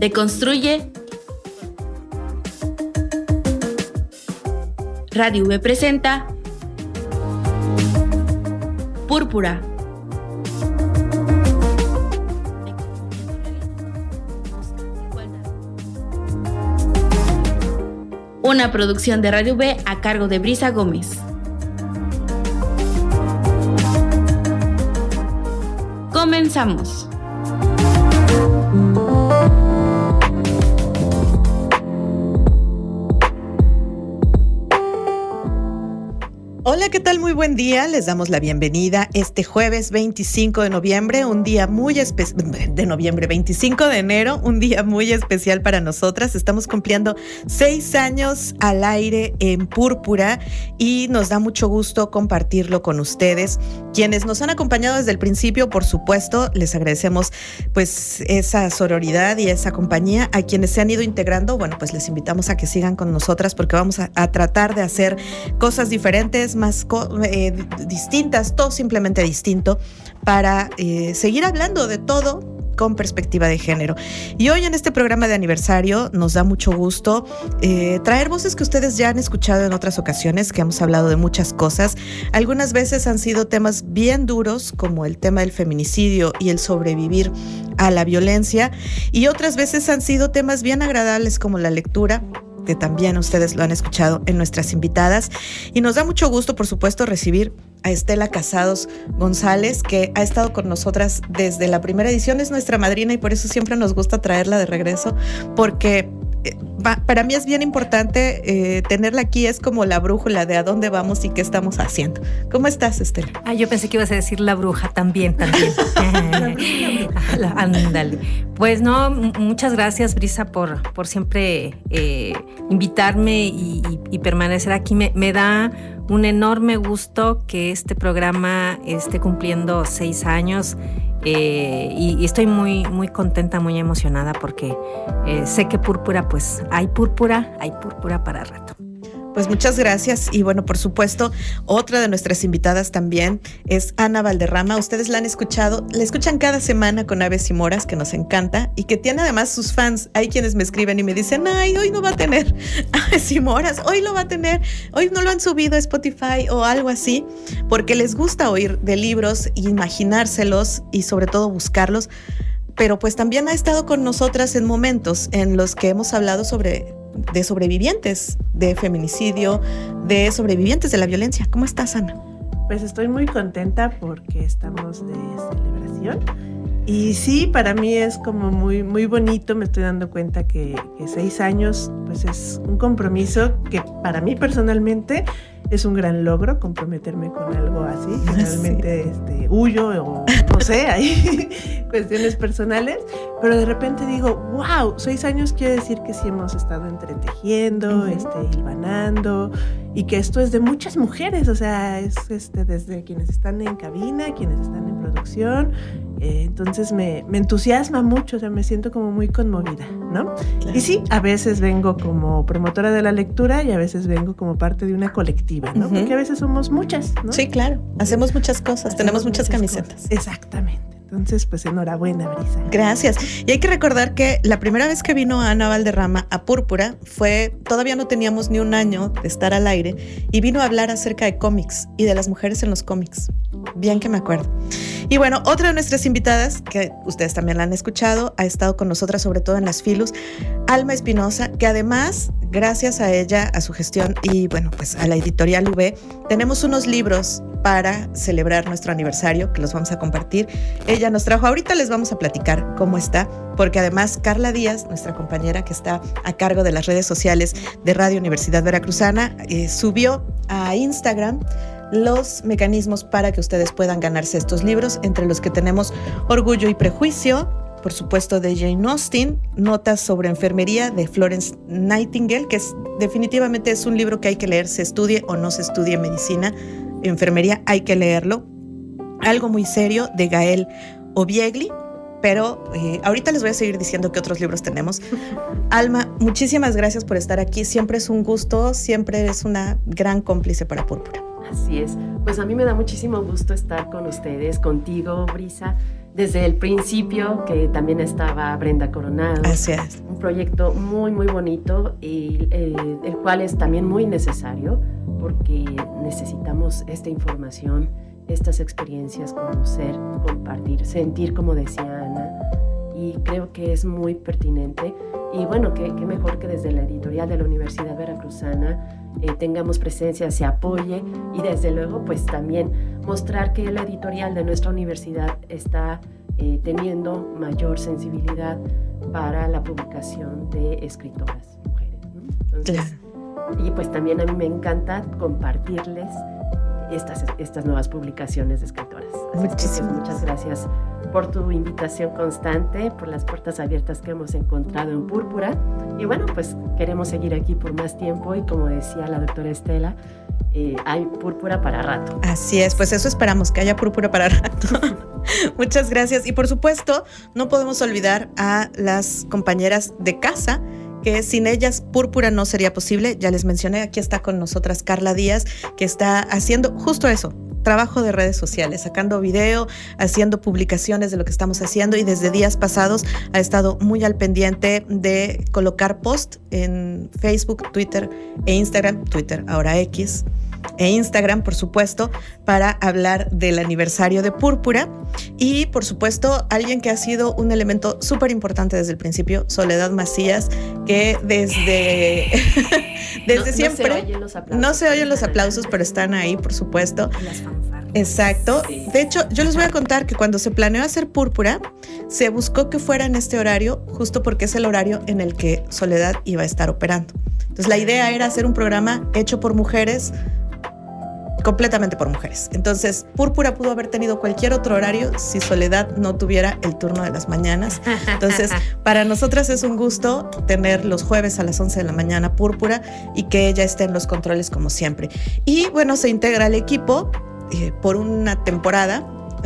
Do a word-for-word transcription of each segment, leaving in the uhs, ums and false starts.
deconstruye. Radio V presenta Púrpura. Una producción de Radio V a cargo de Brisa Gómez. Comenzamos. Hola, ¿qué tal? Muy buen día. Les damos la bienvenida este jueves veinticinco de noviembre, un día muy especial, de noviembre, veinticinco de enero, un día muy especial para nosotras. Estamos cumpliendo seis años al aire en Púrpura y nos da mucho gusto compartirlo con ustedes. Quienes nos han acompañado desde el principio, por supuesto, les agradecemos pues esa sororidad y esa compañía. A quienes se han ido integrando, bueno, pues les invitamos a que sigan con nosotras porque vamos a, a tratar de hacer cosas diferentes, más eh, distintas, todo simplemente distinto, para eh, seguir hablando de todo con perspectiva de género. Y hoy en este programa de aniversario nos da mucho gusto eh, traer voces que ustedes ya han escuchado en otras ocasiones, que hemos hablado de muchas cosas. Algunas veces han sido temas bien duros, como el tema del feminicidio y el sobrevivir a la violencia, y otras veces han sido temas bien agradables, como la lectura, que también ustedes lo han escuchado en nuestras invitadas. Y nos da mucho gusto, por supuesto, recibir a Estela Casados González, que ha estado con nosotras desde la primera edición. Es nuestra madrina y por eso siempre nos gusta traerla de regreso, porque eh, para mí es bien importante eh, tenerla aquí. Es como la brújula de a dónde vamos y qué estamos haciendo. ¿Cómo estás, Estela? Ah, yo pensé que ibas a decir la bruja también, también. Ándale. Pues no, muchas gracias, Brisa, por, por siempre eh, invitarme y, y, y permanecer aquí. Me, me da un enorme gusto que este programa esté cumpliendo seis años eh, y, y estoy muy, muy contenta, muy emocionada porque eh, sé que Púrpura, pues hay púrpura, hay púrpura para rato. Pues muchas gracias. Y bueno, por supuesto, otra de nuestras invitadas también es Ana Valderrama. Ustedes la han escuchado, la escuchan cada semana con Aves y Moras, que nos encanta y que tiene además sus fans. Hay quienes me escriben y me dicen, ay, hoy no va a tener Aves y Moras, hoy lo va a tener, hoy no lo han subido a Spotify o algo así, porque les gusta oír de libros, imaginárselos y sobre todo buscarlos. Pero pues también ha estado con nosotras en momentos en los que hemos hablado sobre de sobrevivientes de feminicidio, de sobrevivientes de la violencia. ¿Cómo estás, Ana? Pues estoy muy contenta porque estamos de celebración y sí, para mí es como muy, muy bonito. Me estoy dando cuenta que, que seis años pues es un compromiso que para mí personalmente es un gran logro, comprometerme con algo así, que realmente sí. este, huyo o no sé, hay cuestiones personales, pero de repente digo, wow, seis años quiere decir que sí hemos estado entretejiendo, uh-huh. este, hilvanando, y que esto es de muchas mujeres, o sea, es este, desde quienes están en cabina, quienes están en producción, eh, entonces me, me entusiasma mucho, o sea, me siento como muy conmovida, ¿no? Claro. Y sí, a veces vengo como promotora de la lectura y a veces vengo como parte de una colectiva, ¿no? Uh-huh. Porque a veces somos muchas, ¿no? Sí, claro, hacemos muchas cosas, hacemos tenemos muchas, muchas camisetas. Cosas. Exactamente. Entonces, pues enhorabuena, Brisa. Gracias. Y hay que recordar que la primera vez que vino Ana Valderrama a Púrpura fue, todavía no teníamos ni un año de estar al aire, y vino a hablar acerca de cómics y de las mujeres en los cómics. Bien que me acuerdo. Y bueno, otra de nuestras invitadas, que ustedes también la han escuchado, ha estado con nosotras sobre todo en las Filus, Alma Espinosa, que además, gracias a ella, a su gestión y bueno, pues a la editorial V, tenemos unos libros para celebrar nuestro aniversario que los vamos a compartir. Ella nos trajo, ahorita les vamos a platicar cómo está, porque además Carla Díaz, nuestra compañera que está a cargo de las redes sociales de Radio Universidad Veracruzana, eh, subió a Instagram los mecanismos para que ustedes puedan ganarse estos libros, entre los que tenemos Orgullo y Prejuicio, por supuesto de Jane Austen, Notas sobre enfermería de Florence Nightingale, que es, definitivamente es un libro que hay que leer, se estudie o no se estudie medicina, enfermería, hay que leerlo. Algo muy serio de Gael Obiegli, pero eh, ahorita les voy a seguir diciendo qué otros libros tenemos. Alma, muchísimas gracias por estar aquí, siempre es un gusto, siempre eres una gran cómplice para Púrpura. Así es, pues a mí me da muchísimo gusto estar con ustedes, contigo, Brisa. desde el principio, que también estaba Brenda Coronado. Así es. Un proyecto muy, muy bonito, y eh, el cual es también muy necesario, porque necesitamos esta información, estas experiencias, conocer, compartir, sentir, como decía Ana, y creo que es muy pertinente. Y bueno, qué, qué mejor que desde la editorial de la Universidad Veracruzana eh, tengamos presencia, se apoye, y desde luego pues también mostrar que la editorial de nuestra universidad está eh, teniendo mayor sensibilidad para la publicación de escritoras mujeres, ¿no? Entonces, claro. Y pues también a mí me encanta compartirles estas, estas nuevas publicaciones de escritoras. Así Muchísimas que, pues, muchas gracias por tu invitación constante, por las puertas abiertas que hemos encontrado en Púrpura. Y bueno, pues queremos seguir aquí por más tiempo, y como decía la doctora Estela, eh, hay Púrpura para rato. Así es, pues eso esperamos, que haya Púrpura para rato. Muchas gracias. Y por supuesto, no podemos olvidar a las compañeras de casa, que sin ellas Púrpura no sería posible. Ya les mencioné, aquí está con nosotras Carla Díaz, que está haciendo justo eso, trabajo de redes sociales, sacando video, haciendo publicaciones de lo que estamos haciendo, y desde días pasados ha estado muy al pendiente de colocar post en Facebook, Twitter e Instagram, Twitter ahora X, e Instagram, por supuesto, para hablar del aniversario de Púrpura. Y por supuesto, alguien que ha sido un elemento súper importante desde el principio, Soledad Macías, que desde, desde no, siempre no se oyen los aplausos, no se oyen los aplausos, pero están ahí, por supuesto. Las fanfarrias. Exacto. Sí. De hecho, yo les voy a contar que cuando se planeó hacer Púrpura, se buscó que fuera en este horario, justo porque es el horario en el que Soledad iba a estar operando. Entonces, la idea era hacer un programa hecho por mujeres, completamente por mujeres. Entonces, Púrpura pudo haber tenido cualquier otro horario si Soledad no tuviera el turno de las mañanas. Entonces, para nosotras es un gusto tener los jueves a las once de la mañana Púrpura, y que ella esté en los controles como siempre. Y bueno, se integra al equipo eh, por una temporada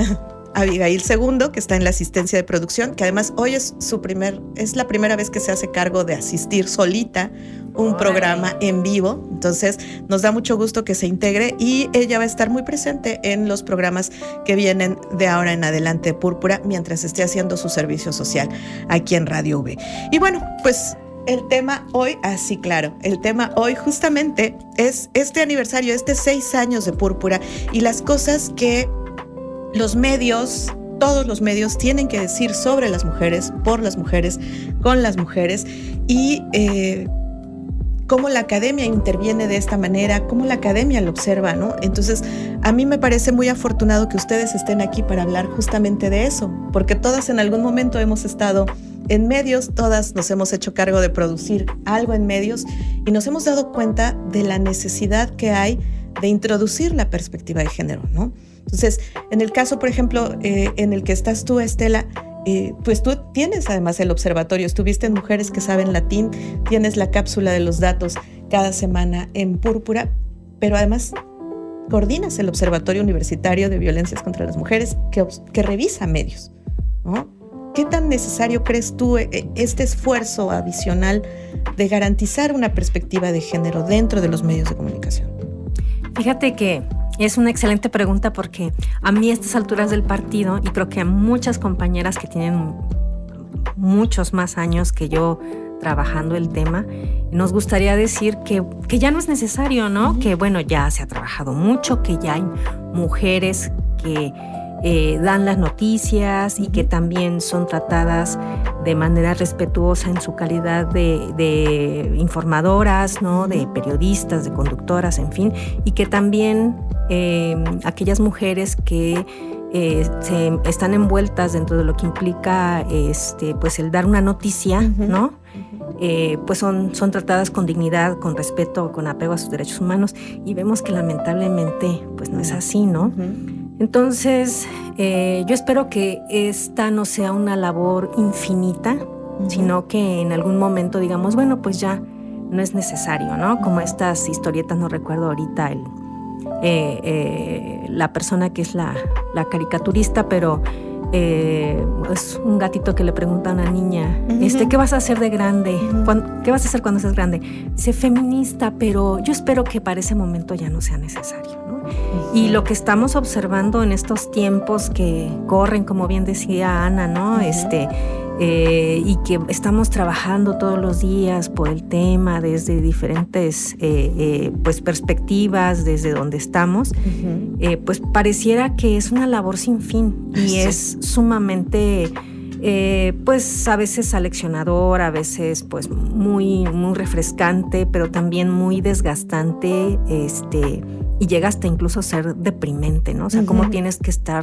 Abigail Segundo, que está en la asistencia de producción, que además hoy es su primer, es la primera vez que se hace cargo de asistir solita un Ay. programa en vivo. Entonces nos da mucho gusto que se integre, y ella va a estar muy presente en los programas que vienen de ahora en adelante de Púrpura, mientras esté haciendo su servicio social aquí en Radio V. Y bueno, pues el tema hoy, así claro, el tema hoy justamente es este aniversario, este seis años de Púrpura, y las cosas que los medios, todos los medios tienen que decir sobre las mujeres, por las mujeres, con las mujeres, y eh, cómo la academia interviene de esta manera, cómo la academia lo observa, ¿no? Entonces, a mí me parece muy afortunado que ustedes estén aquí para hablar justamente de eso, porque todas en algún momento hemos estado en medios, todas nos hemos hecho cargo de producir algo en medios, y nos hemos dado cuenta de la necesidad que hay de introducir la perspectiva de género, ¿no? Entonces, en el caso, por ejemplo, eh, en el que estás tú, Estela, eh, pues tú tienes además el observatorio, estuviste en Mujeres que Saben Latín, tienes la cápsula de los datos cada semana en Púrpura, pero además coordinas el Observatorio Universitario de Violencias contra las Mujeres, que, que revisa medios, ¿no? ¿Qué tan necesario crees tú este esfuerzo adicional de garantizar una perspectiva de género dentro de los medios de comunicación? Fíjate que es una excelente pregunta, porque a mí a estas alturas del partido, y creo que a muchas compañeras que tienen muchos más años que yo trabajando el tema, nos gustaría decir que, que ya no es necesario, ¿no? Uh-huh. Que bueno, ya se ha trabajado mucho, que ya hay mujeres que eh, dan las noticias y que también son tratadas de manera respetuosa en su calidad de, de informadoras, ¿no? De periodistas, de conductoras, en fin, y que también eh, aquellas mujeres que eh, se están envueltas dentro de lo que implica este, pues el dar una noticia, uh-huh. ¿no? Eh, pues son, son tratadas con dignidad, con respeto, con apego a sus derechos humanos, y vemos que lamentablemente pues no es así, ¿no? Uh-huh. Entonces, eh, yo espero que esta no sea una labor infinita, uh-huh. sino que en algún momento digamos, bueno, pues ya no es necesario, ¿no? Como estas historietas, no recuerdo ahorita el, eh, eh, la persona que es la, la caricaturista, pero eh, es un gatito que le pregunta a una niña, uh-huh. este, ¿qué vas a hacer de grande? Uh-huh. ¿Cuándo, ¿Qué vas a hacer cuando seas grande? Dice, feminista, pero yo espero que para ese momento ya no sea necesario, ¿no? Uh-huh. Y lo que estamos observando en estos tiempos que corren, como bien decía Ana, ¿no? Uh-huh. Este... Eh, y que estamos trabajando todos los días por el tema desde diferentes eh, eh, pues perspectivas, desde donde estamos, uh-huh. eh, pues pareciera que es una labor sin fin y sí. es sumamente eh, pues a veces aleccionador, a veces pues muy, muy refrescante, pero también muy desgastante, este, y llega hasta incluso a ser deprimente, ¿no? O sea, uh-huh. cómo tienes que estar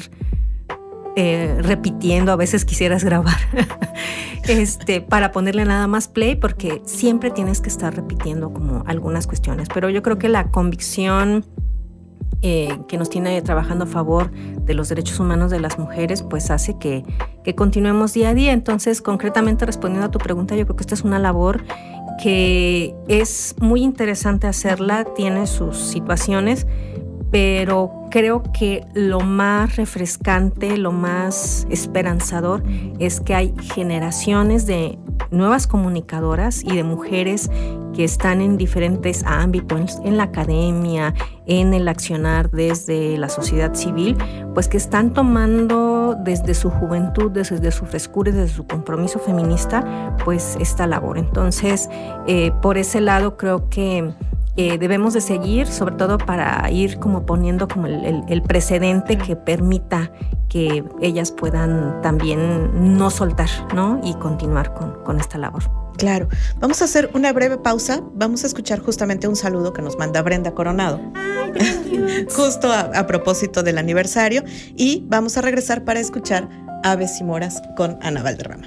Eh, repitiendo, a veces quisieras grabar este, para ponerle nada más play, porque siempre tienes que estar repitiendo como algunas cuestiones, pero yo creo que la convicción eh, que nos tiene trabajando a favor de los derechos humanos de las mujeres, pues hace que, que continuemos día a día. Entonces, concretamente respondiendo a tu pregunta, yo creo que esta es una labor que es muy interesante hacerla, tiene sus situaciones, pero creo que lo más refrescante, lo más esperanzador es que hay generaciones de nuevas comunicadoras y de mujeres que están en diferentes ámbitos, en la academia, en el accionar desde la sociedad civil, pues que están tomando desde su juventud, desde su frescura, desde su compromiso feminista, pues esta labor. Entonces, eh, por ese lado creo que Eh, debemos de seguir, sobre todo para ir como poniendo como el, el, el precedente que permita que ellas puedan también no soltar, ¿no? Y continuar con, con esta labor. Claro. Vamos a hacer una breve pausa. Vamos a escuchar justamente un saludo que nos manda Brenda Coronado. Ay, justo a, a propósito del aniversario. Y vamos a regresar para escuchar Aves y Moras con Ana Valderrama.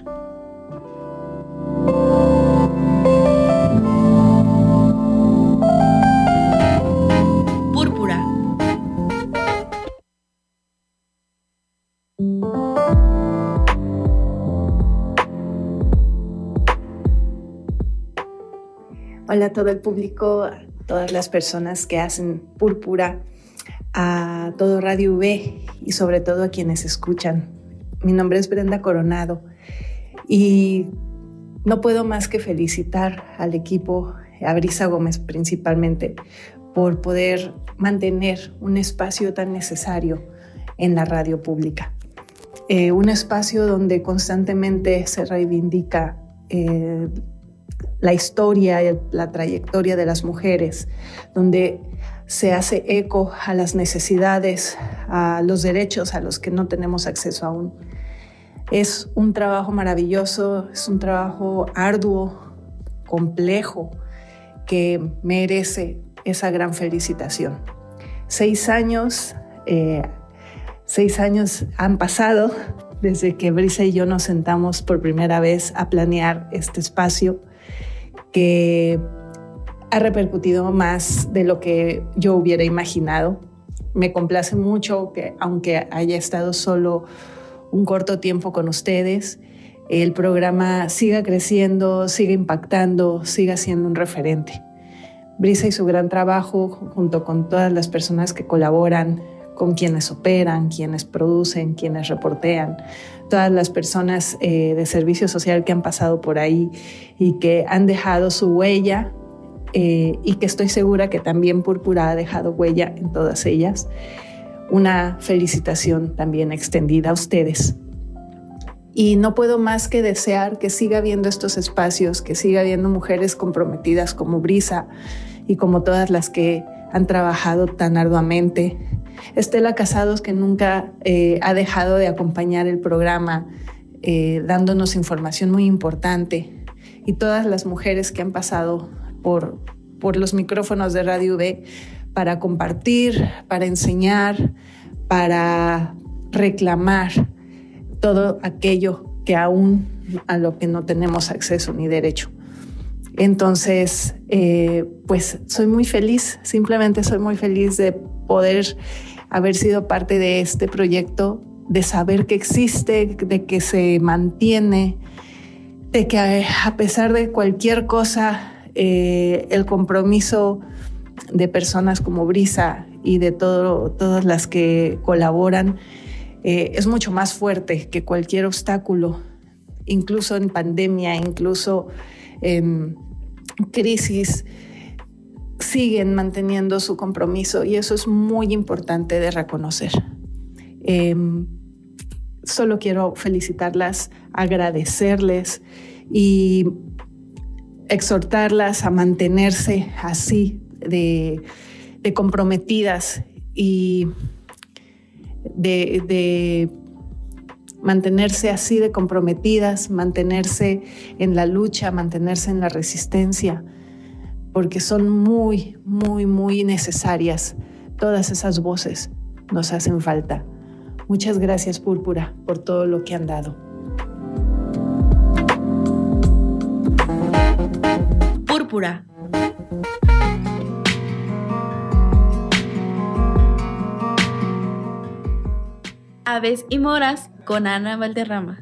Hola a todo el público, a todas las personas que hacen Púrpura, a todo Radio V y sobre todo a quienes escuchan. Mi nombre es Brenda Coronado y no puedo más que felicitar al equipo, a Brisa Gómez principalmente, por poder mantener un espacio tan necesario en la radio pública. Eh, un espacio donde constantemente se reivindica eh, la historia y la trayectoria de las mujeres, donde se hace eco a las necesidades, a los derechos a los que no tenemos acceso aún. Es un trabajo maravilloso, es un trabajo arduo, complejo, que merece esa gran felicitación. Seis años, eh, seis años han pasado desde que Brisa y yo nos sentamos por primera vez a planear este espacio, que ha repercutido más de lo que yo hubiera imaginado. Me complace mucho que, aunque haya estado solo un corto tiempo con ustedes, el programa siga creciendo, siga impactando, siga siendo un referente. Brisa y su gran trabajo, junto con todas las personas que colaboran, con quienes operan, quienes producen, quienes reportean, todas las personas eh, de servicio social que han pasado por ahí y que han dejado su huella, eh, y que estoy segura que también Púrpura ha dejado huella en todas ellas. Una felicitación también extendida a ustedes. Y no puedo más que desear que siga habiendo estos espacios, que siga habiendo mujeres comprometidas como Brisa y como todas las que han trabajado tan arduamente. Estela Casados, que nunca eh, ha dejado de acompañar el programa, eh, dándonos información muy importante. Y todas las mujeres que han pasado por, por los micrófonos de Radio V para compartir, para enseñar, para reclamar todo aquello que aún a lo que no tenemos acceso ni derecho. Entonces, eh, pues soy muy feliz, simplemente soy muy feliz de poder haber sido parte de este proyecto, de saber que existe, de que se mantiene, de que a pesar de cualquier cosa, eh, el compromiso de personas como Brisa y de todo, todas las que colaboran eh, es mucho más fuerte que cualquier obstáculo, incluso en pandemia, incluso en crisis, siguen manteniendo su compromiso y eso es muy importante de reconocer. Eh, solo quiero felicitarlas, agradecerles y exhortarlas a mantenerse así de, de comprometidas y de, de mantenerse así de comprometidas, mantenerse en la lucha, mantenerse en la resistencia, porque son muy, muy, muy necesarias. Todas esas voces nos hacen falta. Muchas gracias, Púrpura, por todo lo que han dado. Púrpura. Aves y moras con Ana Valderrama.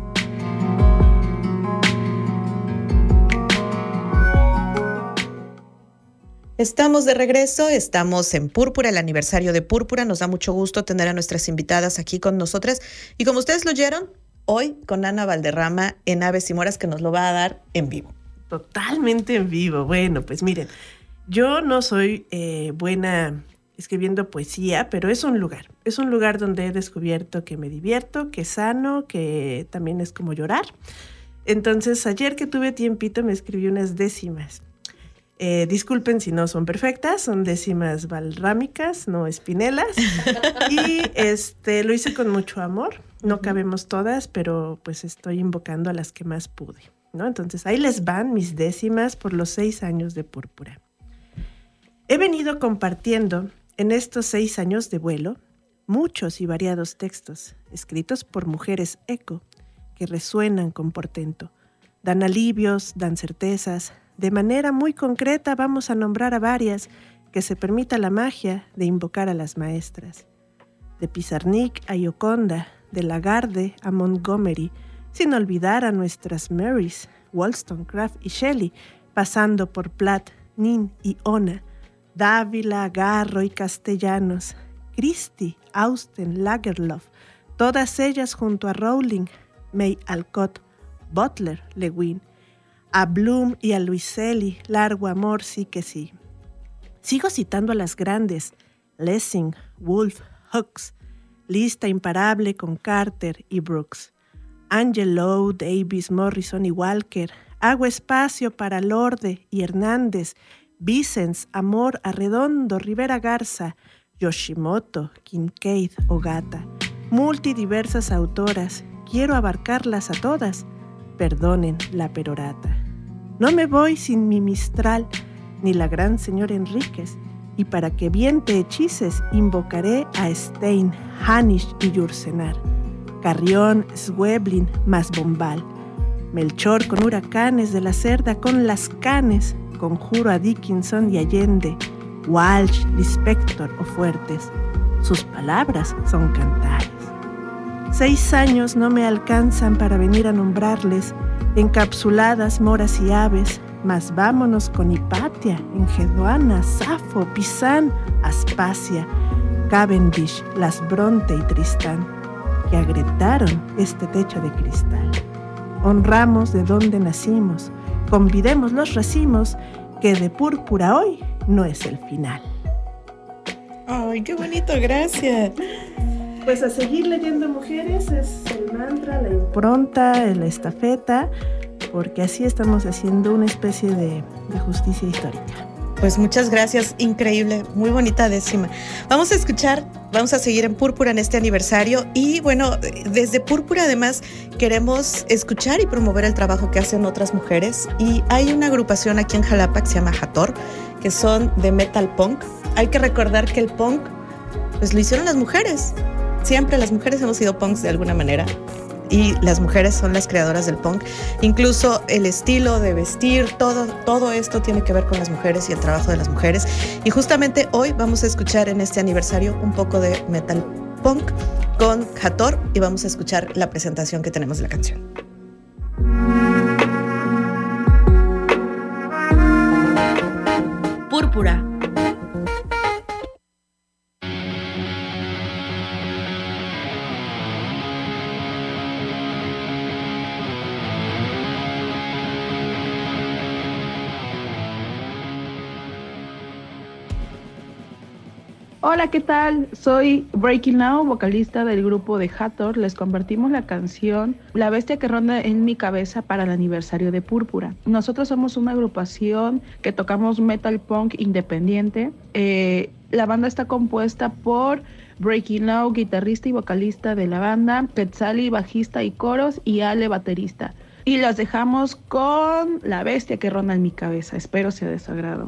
Estamos de regreso, estamos en Púrpura, el aniversario de Púrpura. Nos da mucho gusto tener a nuestras invitadas aquí con nosotras. Y como ustedes lo oyeron, hoy con Ana Valderrama en Aves y Moras, que nos lo va a dar en vivo. Totalmente en vivo. Bueno, pues miren, yo no soy eh, buena escribiendo poesía, pero es un lugar. Es un lugar donde he descubierto que me divierto, que sano, que también es como llorar. Entonces, ayer que tuve tiempito me escribí unas décimas. Eh, disculpen si no son perfectas, son décimas balrámicas, no espinelas. Y este, lo hice con mucho amor. No cabemos todas, pero pues estoy invocando a las que más pude, ¿no? Entonces, ahí les van mis décimas por los seis años de Púrpura. He venido compartiendo en estos seis años de vuelo muchos y variados textos escritos por mujeres eco que resuenan con portento, dan alivios, dan certezas. De manera muy concreta vamos a nombrar a varias que se permita la magia de invocar a las maestras. De Pizarnik a Gioconda, de Lagarde a Montgomery, sin olvidar a nuestras Marys, Wollstonecraft y Shelley, pasando por Platt, Nin y Ona, Dávila, Garro y Castellanos, Christie, Austen, Lagerlöf, todas ellas junto a Rowling, May Alcott, Butler, Le Guin, a Bloom y a Luiselli, largo amor sí que sí. Sigo citando a las grandes, Lessing, Woolf, Hooks, lista imparable con Carter y Brooks. Angelou, Davis, Morrison y Walker, hago espacio para Lorde y Hernández, Vicens, Amor, Arredondo, Rivera Garza, Yoshimoto, Kincaid, Ogata. Multidiversas autoras, quiero abarcarlas a todas, perdonen la perorata. No me voy sin mi Mistral, ni la gran señora Enríquez, y para que bien te hechices, invocaré a Stein, Hanisch y Yursenar, Carrión, Schweblin, más Bombal, Melchor con huracanes de la cerda con las canes, conjuro a Dickinson y Allende, Walsh, Lispector o Fuertes, sus palabras son cantares. Seis años no me alcanzan para venir a nombrarles, encapsuladas moras y aves, mas vámonos con Hipatia, Engeduana, Safo, Pisán, Aspasia, Cavendish, las Bronte y Tristán, que agrietaron este techo de cristal. Honramos de donde nacimos, convidemos los racimos, que de Púrpura hoy no es el final. Ay, qué bonito, gracias. Pues a seguir leyendo mujeres es el mantra, la impronta, la estafeta, porque así estamos haciendo una especie de, de justicia histórica. Pues muchas gracias, increíble, muy bonita décima. Vamos a escuchar, vamos a seguir en Púrpura en este aniversario y bueno, desde Púrpura además queremos escuchar y promover el trabajo que hacen otras mujeres y hay una agrupación aquí en Jalapa que se llama Hathor, que son de metal punk. Hay que recordar que el punk pues lo hicieron las mujeres. Siempre las mujeres hemos sido punks de alguna manera y las mujeres son las creadoras del punk. Incluso el estilo de vestir, todo, todo esto tiene que ver con las mujeres y el trabajo de las mujeres. Y justamente hoy vamos a escuchar en este aniversario un poco de metal punk con Hathor y vamos a escuchar la presentación que tenemos de la canción. Púrpura. Hola, ¿qué tal? Soy Breaking Now, vocalista del grupo de Hathor. Les compartimos la canción La bestia que ronda en mi cabeza para el aniversario de Púrpura. Nosotros somos una agrupación que tocamos metal punk independiente. Eh, la banda está compuesta por Breaking Now, guitarrista y vocalista de la banda, Quetzali, bajista y coros, y Ale, baterista. Y los dejamos con La bestia que ronda en mi cabeza. Espero sea de su agrado.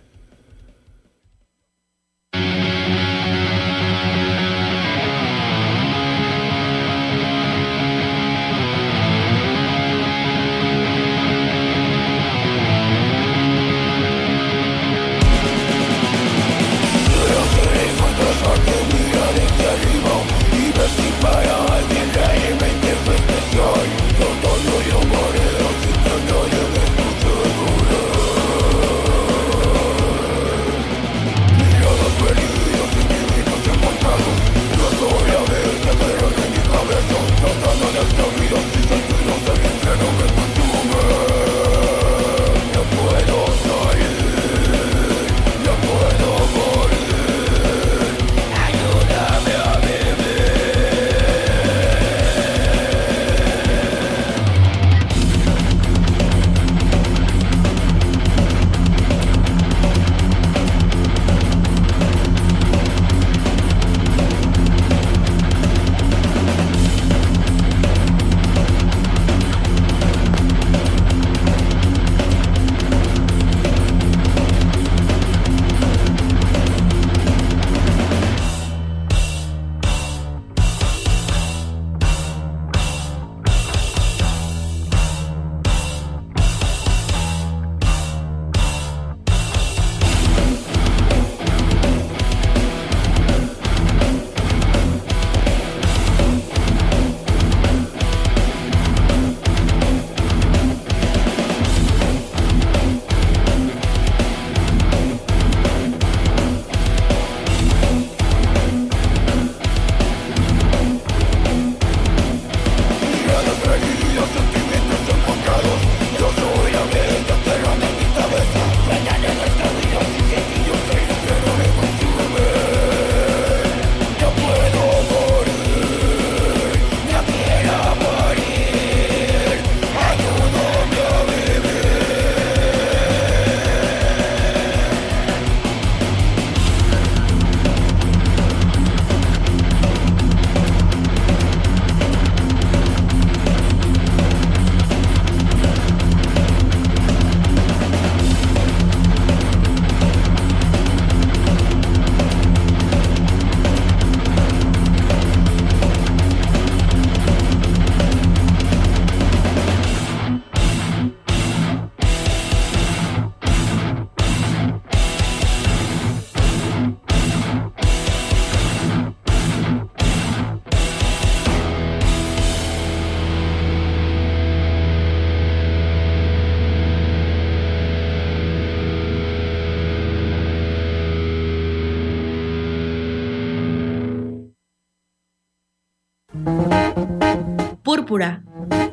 Púrpura.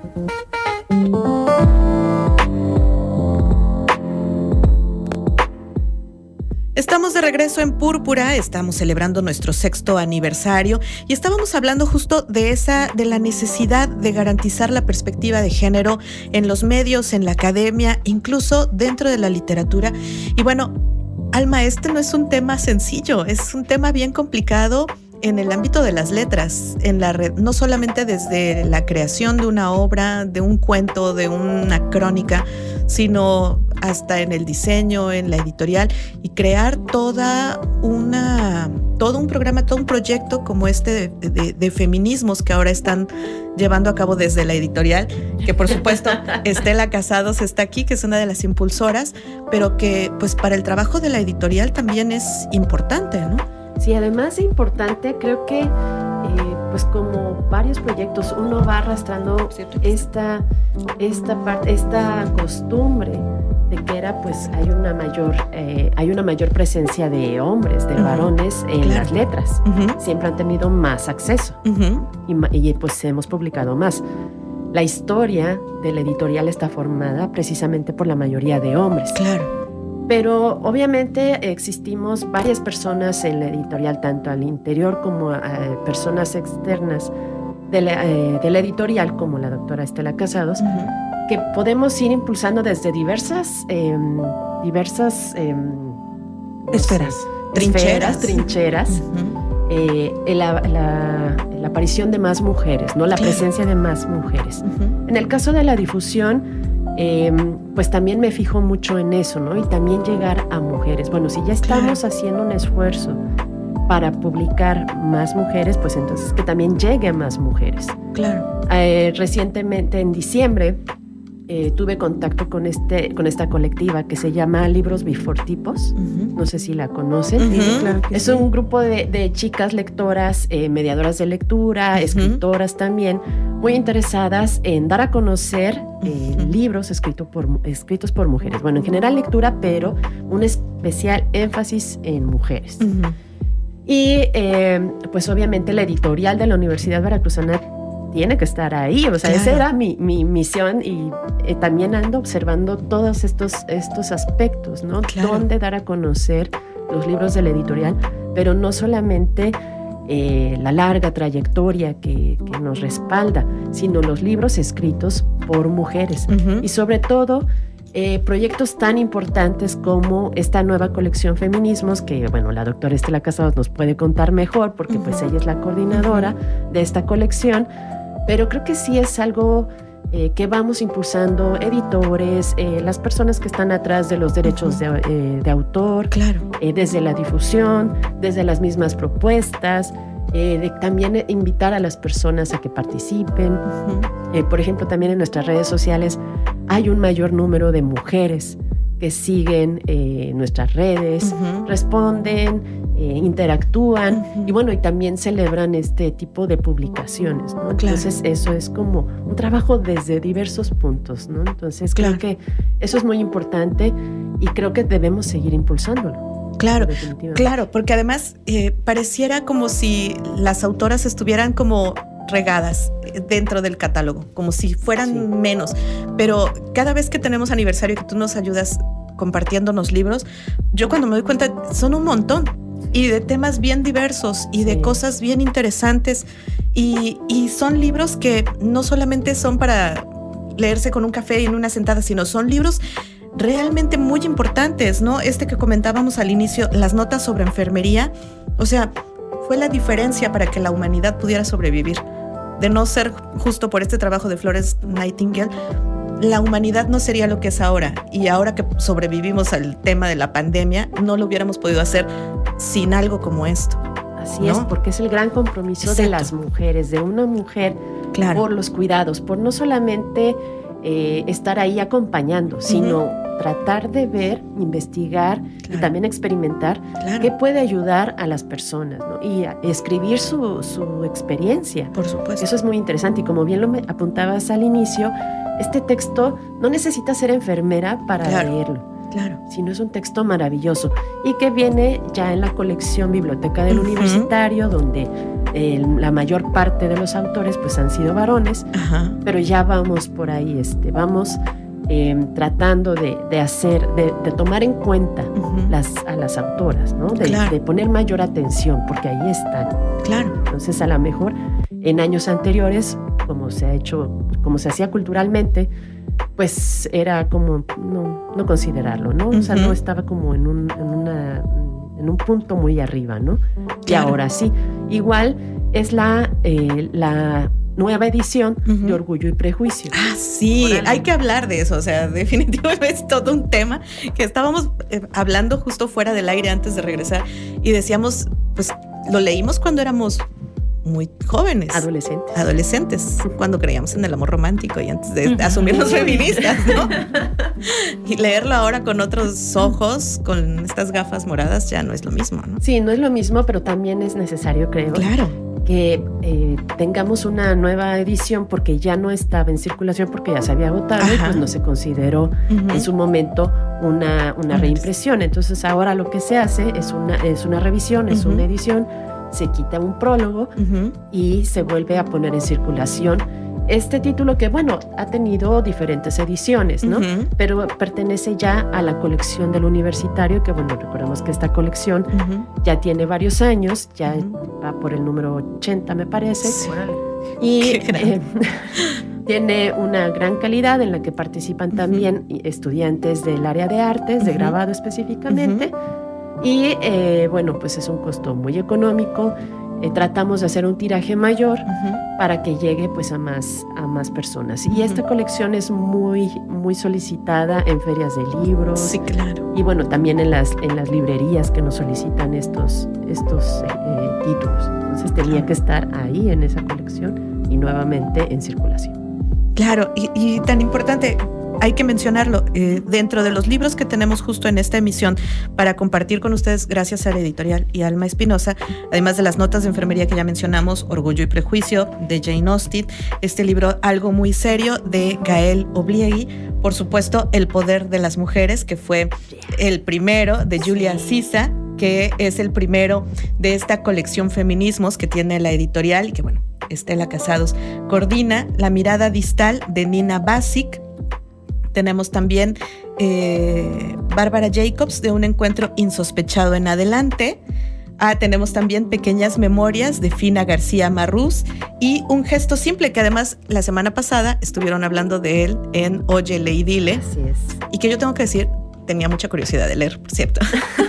Estamos de regreso en Púrpura, estamos celebrando nuestro sexto aniversario y estábamos hablando justo de esa, de la necesidad de garantizar la perspectiva de género en los medios, en la academia, incluso dentro de la literatura. Y bueno, Alma, este no es un tema sencillo, es un tema bien complicado en el ámbito de las letras, en la red, no solamente desde la creación de una obra, de un cuento, de una crónica, sino hasta en el diseño, en la editorial, y crear toda una, todo un programa, todo un proyecto como este de, de, de feminismos que ahora están llevando a cabo desde la editorial, que por supuesto Estela Casados está aquí, que es una de las impulsoras, pero que pues para el trabajo de la editorial también es importante, ¿no? Sí, además de importante, creo que eh, pues como varios proyectos uno va arrastrando esta, esta parte, esta costumbre de que era pues hay una mayor eh, hay una mayor presencia de hombres, de uh-huh. varones en claro. las letras. Uh-huh. Siempre han tenido más acceso uh-huh. y, y pues hemos publicado más. La historia de la editorial está formada precisamente por la mayoría de hombres. Claro. Pero obviamente existimos varias personas en la editorial, tanto al interior como a, a personas externas de la, eh, de la editorial, como la doctora Estela Casados, uh-huh. que podemos ir impulsando desde diversas, eh, diversas eh, esferas, trincheras, trincheras uh-huh. eh, la, la, la aparición de más mujeres, ¿no? La claro. presencia de más mujeres. Uh-huh. En el caso de la difusión, Eh, pues también me fijo mucho en eso, ¿no? Y también llegar a mujeres. Bueno, si ya estamos claro. haciendo un esfuerzo para publicar más mujeres, pues entonces que también llegue a más mujeres. Claro. Eh, recientemente, en diciembre, eh, tuve contacto con, este, con esta colectiva que se llama Libros Bifortipos. Uh-huh. No sé si la conocen. Uh-huh. Claro es sí. un grupo de, de chicas lectoras, eh, mediadoras de lectura, uh-huh. escritoras también, muy interesadas en dar a conocer eh, uh-huh. libros escrito por, escritos por mujeres. Bueno, en general lectura, pero un especial énfasis en mujeres. Uh-huh. Y eh, pues obviamente la editorial de la Universidad Veracruzana tiene que estar ahí, o sea, claro. esa era mi, mi misión y eh, también ando observando todos estos, estos aspectos, ¿no? Claro. Dónde dar a conocer los libros de la editorial, pero no solamente eh, la larga trayectoria que, que nos respalda, sino los libros escritos por mujeres. Uh-huh. Y sobre todo, eh, proyectos tan importantes como esta nueva colección Feminismos, que, bueno, la doctora Estela Casados nos puede contar mejor, porque uh-huh. pues ella es la coordinadora uh-huh. de esta colección, pero creo que sí es algo eh, que vamos impulsando editores, eh, las personas que están atrás de los derechos uh-huh. de, eh, de autor, claro. eh, desde la difusión, desde las mismas propuestas, eh, de también invitar a las personas a que participen. Uh-huh. Eh, por ejemplo, también en nuestras redes sociales hay un mayor número de mujeres que siguen eh, nuestras redes, uh-huh. responden, eh, interactúan uh-huh. y bueno, y también celebran este tipo de publicaciones, ¿no? Entonces claro. eso es como un trabajo desde diversos puntos, ¿no? Entonces claro. creo que eso es muy importante y creo que debemos seguir impulsándolo. Claro, claro, porque además eh, pareciera como si las autoras estuvieran como regadas dentro del catálogo, como si fueran sí. menos, pero cada vez que tenemos aniversario que tú nos ayudas compartiéndonos libros, yo cuando me doy cuenta son un montón y de temas bien diversos y de sí. cosas bien interesantes y, y son libros que no solamente son para leerse con un café y en una sentada, sino son libros realmente muy importantes, ¿no? Este que comentábamos al inicio, las notas sobre enfermería, o sea, fue la diferencia para que la humanidad pudiera sobrevivir. De no ser justo por este trabajo de Florence Nightingale, la humanidad no sería lo que es ahora. Y ahora que sobrevivimos al tema de la pandemia, no lo hubiéramos podido hacer sin algo como esto. Así ¿no? es, porque es el gran compromiso Exacto. de las mujeres, de una mujer claro. por los cuidados, por no solamente eh, estar ahí acompañando, sino uh-huh. tratar de ver, investigar claro. y también experimentar claro. qué puede ayudar a las personas, ¿no? Y a escribir su, su experiencia. Por supuesto. Eso es muy interesante y como bien lo apuntabas al inicio, este texto no necesita ser enfermera para claro. leerlo. Claro. Sino es un texto maravilloso y que viene ya en la colección Biblioteca del uh-huh. Universitario, donde eh, la mayor parte de los autores pues han sido varones, uh-huh. pero ya vamos por ahí, este, vamos eh, tratando de, de hacer, de, de tomar en cuenta uh-huh. las, a las autoras, ¿no? De, claro. de poner mayor atención, porque ahí están. Claro. Entonces, a lo mejor en años anteriores, como se ha hecho, como se hacía culturalmente, pues era como no, no considerarlo, ¿no? Uh-huh. O sea, no estaba como en un, en, una, en un punto muy arriba, ¿no? Claro. Y ahora sí. Igual es la, eh, la nueva edición uh-huh. de Orgullo y Prejuicio. Ah, sí, hay que hablar de eso. O sea, definitivamente es todo un tema que estábamos eh, hablando justo fuera del aire antes de regresar y decíamos, pues lo leímos cuando éramos muy jóvenes. Adolescentes. Adolescentes, cuando creíamos en el amor romántico y antes de asumirnos feministas, ¿no? Y leerlo ahora con otros ojos, con estas gafas moradas, ya no es lo mismo, ¿no? Sí, no es lo mismo, pero también es necesario, creo. Claro. Que eh, tengamos una nueva edición porque ya no estaba en circulación porque ya se había agotado Ajá. y pues no se consideró uh-huh. en su momento una, una reimpresión. Entonces ahora lo que se hace es una, es una revisión, es uh-huh. una edición, se quita un prólogo uh-huh. y se vuelve a poner en circulación Este título que, bueno, ha tenido diferentes ediciones, ¿no? Uh-huh. Pero pertenece ya a la colección del universitario, que, bueno, recordemos que esta colección uh-huh. ya tiene varios años, ya uh-huh. va por el número ochenta, me parece. Sí. Y eh, tiene una gran calidad en la que participan también uh-huh. estudiantes del área de artes, uh-huh. de grabado específicamente. Uh-huh. Y, eh, bueno, pues es un costo muy económico. Eh, tratamos de hacer un tiraje mayor uh-huh. para que llegue pues a más, a más personas. Y uh-huh. esta colección es muy, muy solicitada en ferias de libros. Sí, claro. Y bueno, también en las, en las librerías que nos solicitan estos, estos eh, títulos. Entonces tenía que estar ahí en esa colección y nuevamente en circulación. Claro, y, y tan importante, hay que mencionarlo, eh, dentro de los libros que tenemos justo en esta emisión para compartir con ustedes, gracias a la editorial y Alma Espinosa, además de las notas de enfermería que ya mencionamos, Orgullo y Prejuicio, de Jane Austen, este libro Algo muy serio, de Gael Obliegui, por supuesto, El poder de las mujeres, que fue el primero, de Julia Sisa, que es el primero de esta colección Feminismos que tiene la editorial y que, bueno, Estela Casados coordina, La mirada distal, de Nina Basic. Tenemos también eh, Bárbara Jacobs, de Un encuentro insospechado en adelante. Ah, tenemos también Pequeñas memorias, de Fina García Marrús, y Un gesto simple, que además la semana pasada estuvieron hablando de él en Óyele y Dile. Así es. Y que yo tengo que decir, tenía mucha curiosidad de leer, por cierto.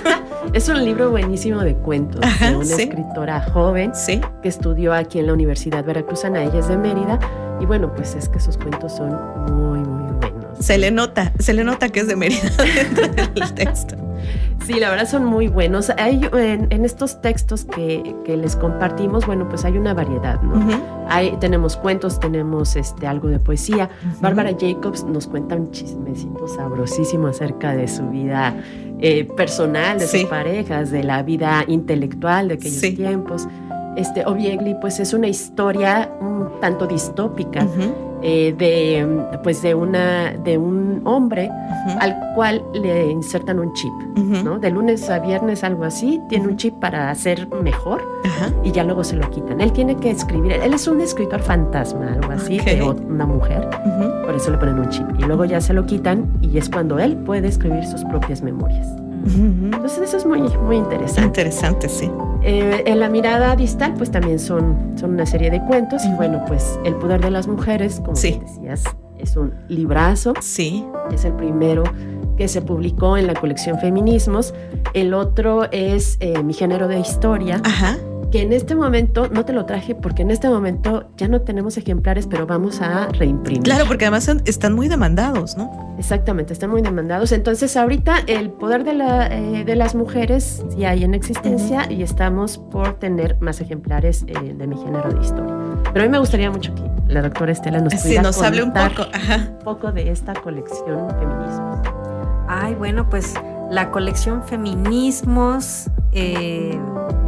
Es un libro buenísimo de cuentos. Ajá, de una sí. escritora joven sí. que estudió aquí en la Universidad Veracruzana. Ella es de Mérida. Y bueno, pues es que sus cuentos son muy, muy buenos. Se le nota, se le nota que es de Mérida dentro del texto. Sí, la verdad son muy buenos. Hay, en, en estos textos que, que les compartimos, bueno, pues hay una variedad, ¿no? Uh-huh. Hay, tenemos cuentos, tenemos este, algo de poesía. Uh-huh. Bárbara Jacobs nos cuenta un chismecito sabrosísimo acerca de su vida eh, personal, de sí. sus parejas, de la vida intelectual de aquellos sí. tiempos. Este, Obliegui, pues es una historia un tanto distópica. Uh-huh. Eh, de, pues de, una, de un hombre uh-huh. al cual le insertan un chip, uh-huh. ¿no? De lunes a viernes, algo así, tiene uh-huh. un chip para ser mejor uh-huh. y ya luego se lo quitan. Él tiene que escribir, él es un escritor fantasma, algo así, okay. de una mujer, uh-huh. por eso le ponen un chip. Y luego ya se lo quitan y es cuando él puede escribir sus propias memorias. Uh-huh. Entonces eso es muy, muy interesante. Interesante, sí. Eh, en La mirada distal, pues también son, son una serie de cuentos. Y bueno, pues El poder de las mujeres, como sí. decías, es un librazo. Sí. Es el primero que se publicó en la colección Feminismos. El otro es eh, Mi género de historia. Ajá. Que en este momento, no te lo traje porque en este momento ya no tenemos ejemplares, pero vamos a reimprimir. Claro, porque además son, están muy demandados, ¿no? Exactamente, están muy demandados. Entonces ahorita El poder de, la, eh, de las mujeres ya hay en existencia uh-huh. y estamos por tener más ejemplares eh, de Mi género de historia. Pero a mí me gustaría mucho que la doctora Estela nos pudiera sí, nos hable un poco, Ajá. un poco de esta colección Feminismos. Ay, bueno, pues la colección Feminismos... Eh,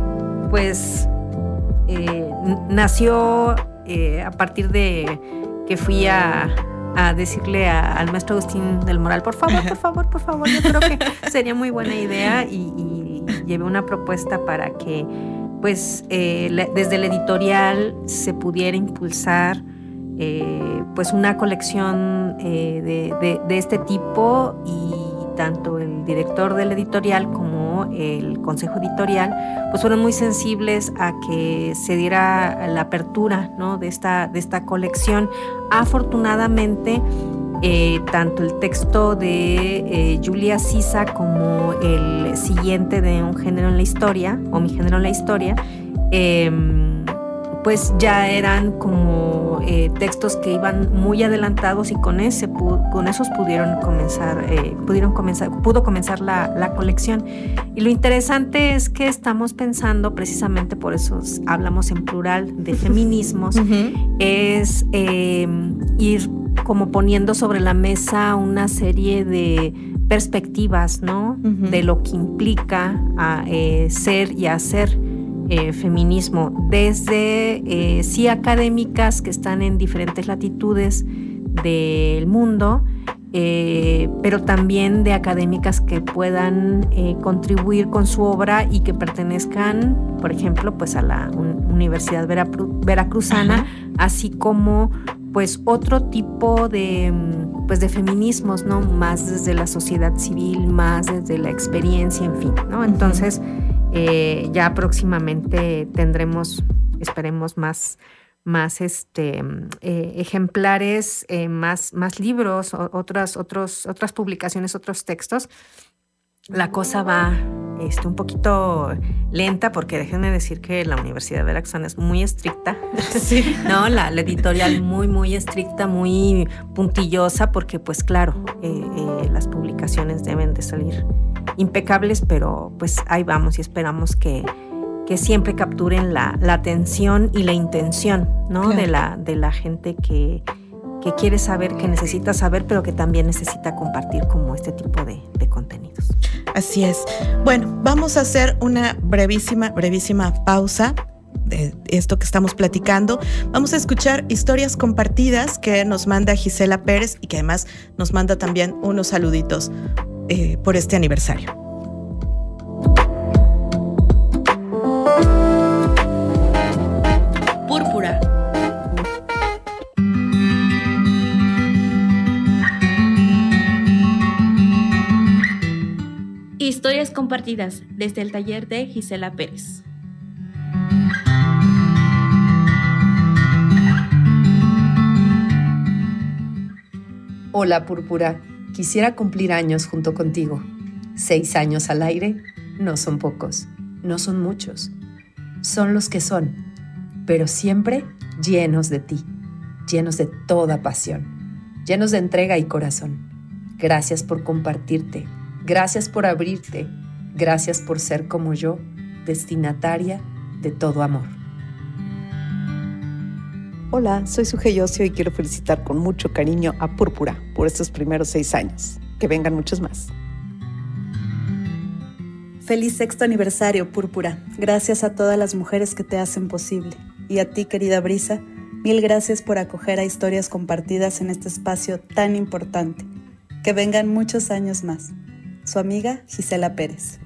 pues eh, nació eh, a partir de que fui a, a decirle a, al maestro Agustín del Moral, por favor, por favor, por favor, yo creo que sería muy buena idea y, y llevé una propuesta para que pues eh, le, desde el editorial se pudiera impulsar eh, pues una colección eh, de, de, de este tipo, y tanto el director del editorial como el consejo editorial pues fueron muy sensibles a que se diera la apertura, ¿no? de, esta, de esta colección. Afortunadamente, eh, tanto el texto de eh, Julia Sisa como el siguiente de Un género en la historia, o Mi género en la historia, eh, pues ya eran como eh, textos que iban muy adelantados, y con ese con esos pudieron comenzar eh, pudieron comenzar pudo comenzar la, la colección. Y lo interesante es que estamos pensando, precisamente por eso hablamos en plural de feminismos, uh-huh. es eh, ir como poniendo sobre la mesa una serie de perspectivas, ¿no? Uh-huh. De lo que implica a, eh, ser y hacer Eh, feminismo, desde eh, sí académicas que están en diferentes latitudes del mundo, eh, pero también de académicas que puedan eh, contribuir con su obra y que pertenezcan, por ejemplo, pues a la un, Universidad Veracru- Veracruzana, Ajá. así como pues otro tipo de, pues de feminismos, ¿no? Más desde la sociedad civil, más desde la experiencia, en fin, ¿no? Entonces, eh, ya próximamente tendremos, esperemos, más, más este, eh, ejemplares, eh, más, más libros, o, otras, otros, otras publicaciones, otros textos. La cosa va este, un poquito lenta porque déjenme decir que la Universidad de Veracruzana es muy estricta, sí. ¿no? La, la editorial muy, muy estricta, muy puntillosa porque pues claro, eh, eh, las publicaciones deben de salir impecables, pero pues ahí vamos y esperamos que, que siempre capturen la, la atención y la intención, ¿no? Claro. de, la, de la gente que, que quiere saber, que necesita saber, pero que también necesita compartir como este tipo de, de contenidos. Así es. Bueno, vamos a hacer una brevísima, brevísima pausa de esto que estamos platicando. Vamos a escuchar historias compartidas que nos manda Gisela Pérez y que además nos manda también unos saluditos eh, por este aniversario. Púrpura. Historias compartidas desde el taller de Gisela Pérez. Hola, Púrpura. Quisiera cumplir años junto contigo. Seis años al aire no son pocos, no son muchos. Son los que son, pero siempre llenos de ti, llenos de toda pasión, llenos de entrega y corazón. Gracias por compartirte. Gracias por abrirte, gracias por ser como yo, destinataria de todo amor. Hola, soy Suje Yosio y quiero felicitar con mucho cariño a Púrpura por estos primeros seis años. Que vengan muchos más. Feliz sexto aniversario, Púrpura. Gracias a todas las mujeres que te hacen posible. Y a ti, querida Brisa, mil gracias por acoger a historias compartidas en este espacio tan importante. Que vengan muchos años más. Su amiga Gisela Pérez.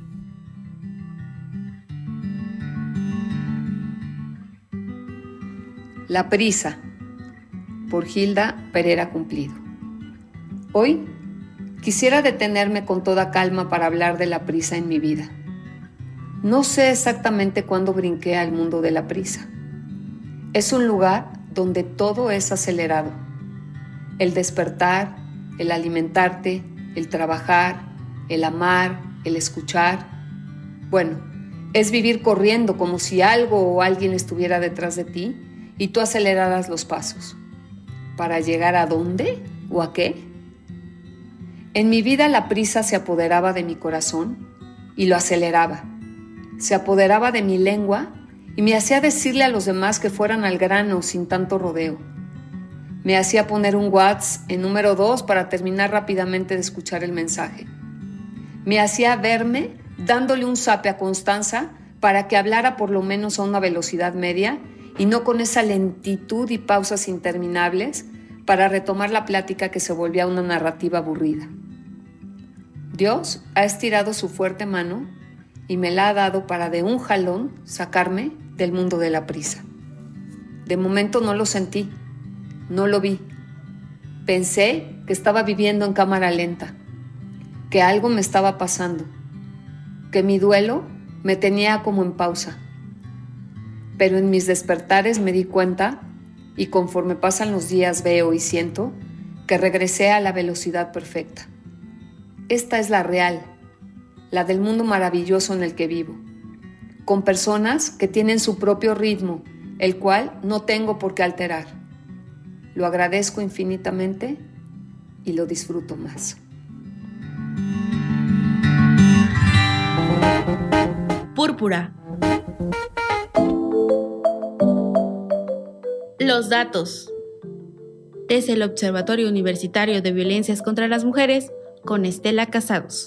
La prisa, por Gilda Pereira Cumplido. Hoy quisiera detenerme con toda calma para hablar de la prisa en mi vida. No sé exactamente cuándo brinqué al mundo de la prisa. Es un lugar donde todo es acelerado. El despertar, el alimentarte, el trabajar, el amar, el escuchar. Bueno, es vivir corriendo como si algo o alguien estuviera detrás de ti y tú aceleraras los pasos. ¿Para llegar a dónde o a qué? En mi vida la prisa se apoderaba de mi corazón y lo aceleraba. Se apoderaba de mi lengua y me hacía decirle a los demás que fueran al grano sin tanto rodeo. Me hacía poner un WhatsApp en número dos para terminar rápidamente de escuchar el mensaje. Me hacía verme dándole un zape a Constanza para que hablara por lo menos a una velocidad media y no con esa lentitud y pausas interminables para retomar la plática que se volvía una narrativa aburrida. Dios ha estirado su fuerte mano y me la ha dado para de un jalón sacarme del mundo de la prisa. De momento no lo sentí, no lo vi. Pensé que estaba viviendo en cámara lenta, que algo me estaba pasando, que mi duelo me tenía como en pausa. Pero en mis despertares me di cuenta, y conforme pasan los días veo y siento, que regresé a la velocidad perfecta. Esta es la real, la del mundo maravilloso en el que vivo, con personas que tienen su propio ritmo, el cual no tengo por qué alterar. Lo agradezco infinitamente y lo disfruto más. Púrpura. Los datos. Desde el Observatorio Universitario de Violencias contra las Mujeres, con Estela Casados.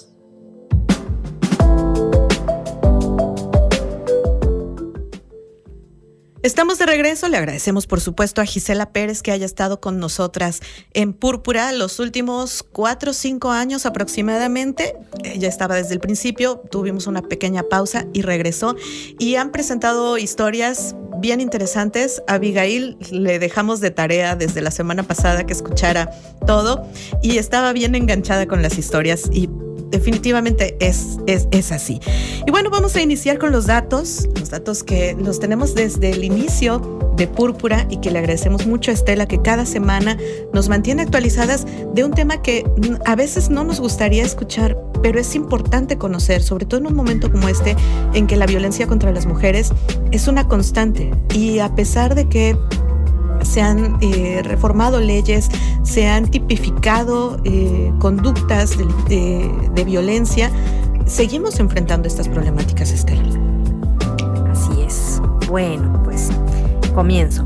Estamos de regreso, le agradecemos por supuesto a Gisela Pérez que haya estado con nosotras en Púrpura los últimos cuatro o cinco años aproximadamente. Ella estaba desde el principio, tuvimos una pequeña pausa y regresó y han presentado historias bien interesantes. A Abigail le dejamos de tarea desde la semana pasada que escuchara todo y estaba bien enganchada con las historias y definitivamente es, es, es así. Y bueno, vamos a iniciar con los datos, los datos que los tenemos desde el inicio de Púrpura y que le agradecemos mucho a Estela que cada semana nos mantiene actualizadas de un tema que a veces no nos gustaría escuchar, pero es importante conocer, sobre todo en un momento como este en que la violencia contra las mujeres es una constante y a pesar de que se han eh, reformado leyes, se han tipificado eh, conductas de, de, de violencia, seguimos enfrentando estas problemáticas, Estela. Así es. Bueno, pues comienzo.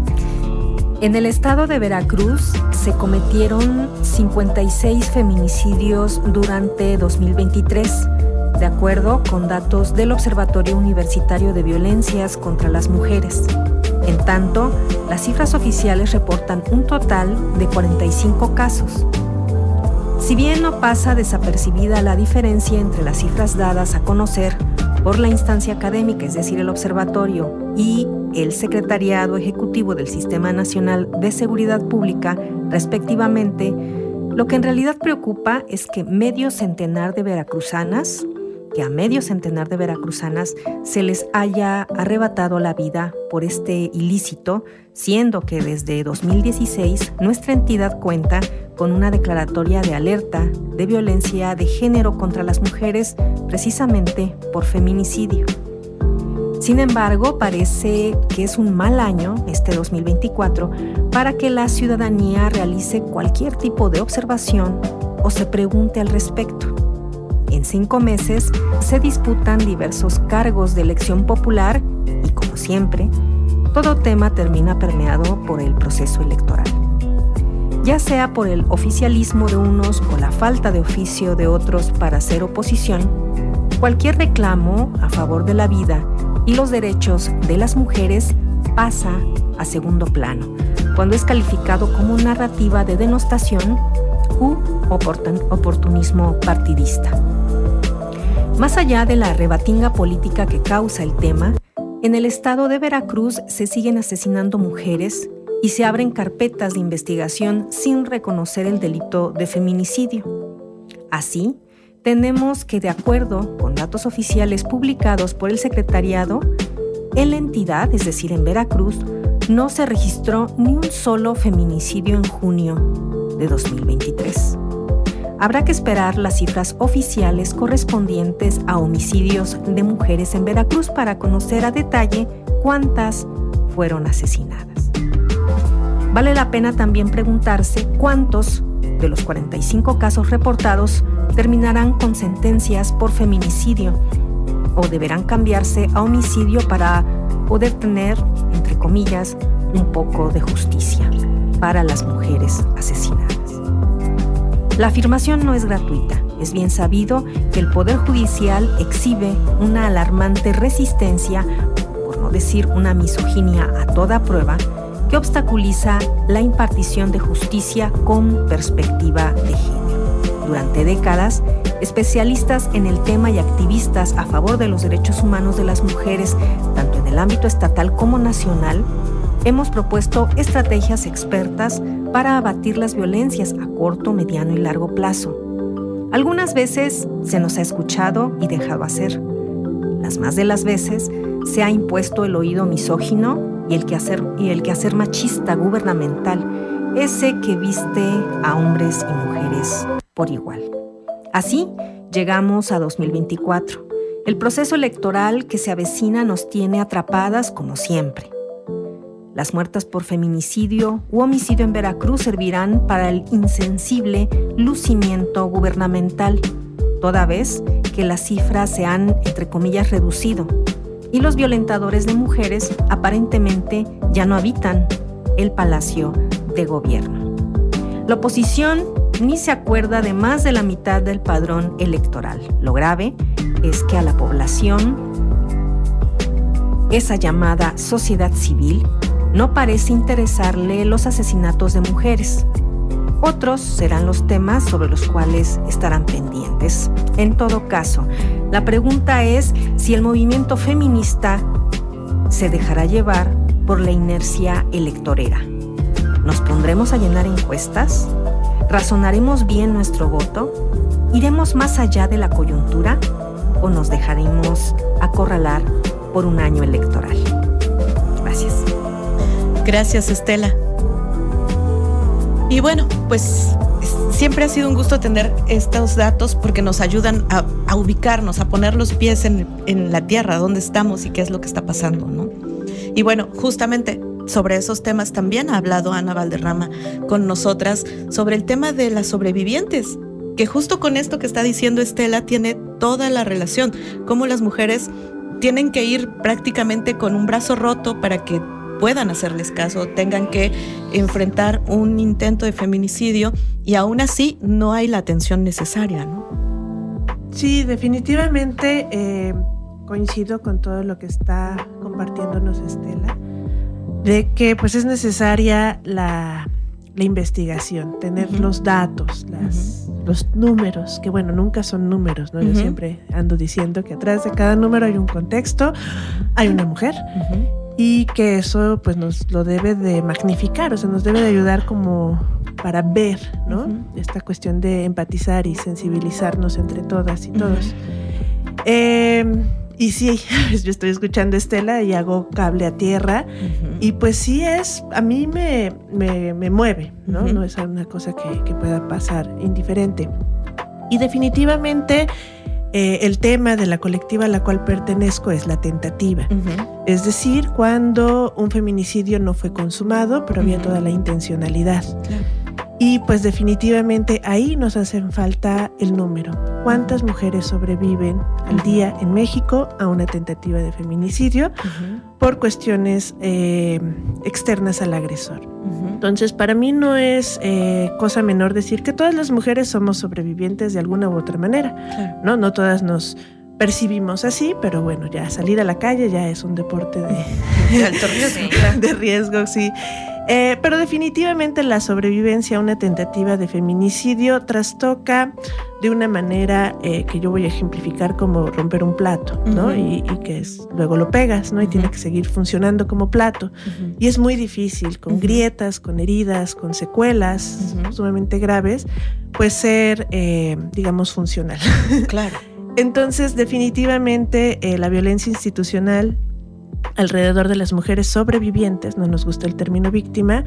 En el estado de Veracruz se cometieron cincuenta y seis feminicidios durante dos mil veintitrés, de acuerdo con datos del Observatorio Universitario de Violencias contra las Mujeres. En tanto, las cifras oficiales reportan un total de cuarenta y cinco casos. Si bien no pasa desapercibida la diferencia entre las cifras dadas a conocer por la instancia académica, es decir, el observatorio, y el Secretariado Ejecutivo del Sistema Nacional de Seguridad Pública, respectivamente, lo que en realidad preocupa es que medio centenar de veracruzanas, que a medio centenar de veracruzanas se les haya arrebatado la vida por este ilícito, siendo que desde dos mil dieciséis nuestra entidad cuenta con una declaratoria de alerta de violencia de género contra las mujeres, precisamente por feminicidio. Sin embargo, parece que es un mal año, este dos mil veinticuatro, para que la ciudadanía realice cualquier tipo de observación o se pregunte al respecto. En cinco meses se disputan diversos cargos de elección popular y, como siempre, todo tema termina permeado por el proceso electoral. Ya sea por el oficialismo de unos o la falta de oficio de otros para hacer oposición, cualquier reclamo a favor de la vida y los derechos de las mujeres pasa a segundo plano, cuando es calificado como narrativa de denostación u oportunismo partidista. Más allá de la rebatinga política que causa el tema, en el estado de Veracruz se siguen asesinando mujeres y se abren carpetas de investigación sin reconocer el delito de feminicidio. Así, tenemos que, de acuerdo con datos oficiales publicados por el Secretariado, en la entidad, es decir, en Veracruz, no se registró ni un solo feminicidio en junio de dos mil veintitrés. Habrá que esperar las cifras oficiales correspondientes a homicidios de mujeres en Veracruz para conocer a detalle cuántas fueron asesinadas. Vale la pena también preguntarse cuántos de los cuarenta y cinco casos reportados terminarán con sentencias por feminicidio o deberán cambiarse a homicidio para poder tener, entre comillas, un poco de justicia para las mujeres asesinadas. La afirmación no es gratuita. Es bien sabido que el Poder Judicial exhibe una alarmante resistencia, por no decir una misoginia a toda prueba, que obstaculiza la impartición de justicia con perspectiva de género. Durante décadas, especialistas en el tema y activistas a favor de los derechos humanos de las mujeres, tanto en el ámbito estatal como nacional, hemos propuesto estrategias expertas para abatir las violencias a corto, mediano y largo plazo. Algunas veces se nos ha escuchado y dejado hacer. Las más de las veces se ha impuesto el oído misógino y el quehacer, y el quehacer machista gubernamental, ese que viste a hombres y mujeres por igual. Así llegamos a dos mil veinticuatro. El proceso electoral que se avecina nos tiene atrapadas como siempre. Las muertas por feminicidio u homicidio en Veracruz servirán para el insensible lucimiento gubernamental, toda vez que las cifras se han, entre comillas, reducido y los violentadores de mujeres aparentemente ya no habitan el Palacio de Gobierno. La oposición ni se acuerda de más de la mitad del padrón electoral. Lo grave es que a la población, esa llamada sociedad civil, no parece interesarle los asesinatos de mujeres. Otros serán los temas sobre los cuales estarán pendientes. En todo caso, la pregunta es si el movimiento feminista se dejará llevar por por la inercia electorera. ¿Nos pondremos a llenar encuestas? ¿Razonaremos bien nuestro voto? ¿Iremos más allá de la coyuntura o nos dejaremos acorralar por un año electoral? Gracias. Gracias, Estela. Y bueno, pues siempre ha sido un gusto tener estos datos porque nos ayudan a, a ubicarnos, a poner los pies en, en la tierra, dónde estamos y qué es lo que está pasando, ¿no? Y bueno, justamente sobre esos temas también ha hablado Ana Valderrama con nosotras sobre el tema de las sobrevivientes, que justo con esto que está diciendo Estela tiene toda la relación, cómo las mujeres tienen que ir prácticamente con un brazo roto para que puedan hacerles caso, tengan que enfrentar un intento de feminicidio y aún así no hay la atención necesaria, ¿no? Sí, definitivamente eh, coincido con todo lo que está compartiéndonos Estela, de que pues es necesaria la, la investigación, tener uh-huh. los datos, las, uh-huh. los números, que bueno, nunca son números, ¿no? Uh-huh. Yo siempre ando diciendo que atrás de cada número hay un contexto, hay una mujer, uh-huh. y que eso pues nos lo debe de magnificar, o sea, nos debe de ayudar como para ver, ¿no? Uh-huh. Esta cuestión de empatizar y sensibilizarnos entre todas y todos. Uh-huh. Eh, y sí, yo estoy escuchando a Estela y hago cable a tierra, uh-huh. y pues sí es, a mí me, me, me mueve, ¿no? Uh-huh. No es una cosa que, que pueda pasar indiferente. Y definitivamente Eh, el tema de la colectiva a la cual pertenezco es la tentativa. Uh-huh. Es decir, cuando un feminicidio no fue consumado, pero había uh-huh. toda la intencionalidad. Claro. Y pues definitivamente ahí nos hacen falta el número. ¿Cuántas mujeres sobreviven al día en México a una tentativa de feminicidio uh-huh. por cuestiones eh, externas al agresor? Uh-huh. Entonces, para mí no es eh, cosa menor decir que todas las mujeres somos sobrevivientes de alguna u otra manera. Claro. ¿No? No todas nos percibimos así, pero bueno, ya salir a la calle ya es un deporte de, de alto riesgo. De riesgo, sí. Eh, pero definitivamente la sobrevivencia a una tentativa de feminicidio trastoca de una manera eh, que yo voy a ejemplificar como romper un plato, ¿no? Uh-huh. Y, y que es, luego lo pegas, ¿no? Y uh-huh. tiene que seguir funcionando como plato. Uh-huh. Y es muy difícil, con uh-huh. grietas, con heridas, con secuelas uh-huh. sumamente graves, pues ser, eh, digamos, funcional. Claro. Entonces, definitivamente eh, la violencia institucional alrededor de las mujeres sobrevivientes, no nos gusta el término víctima,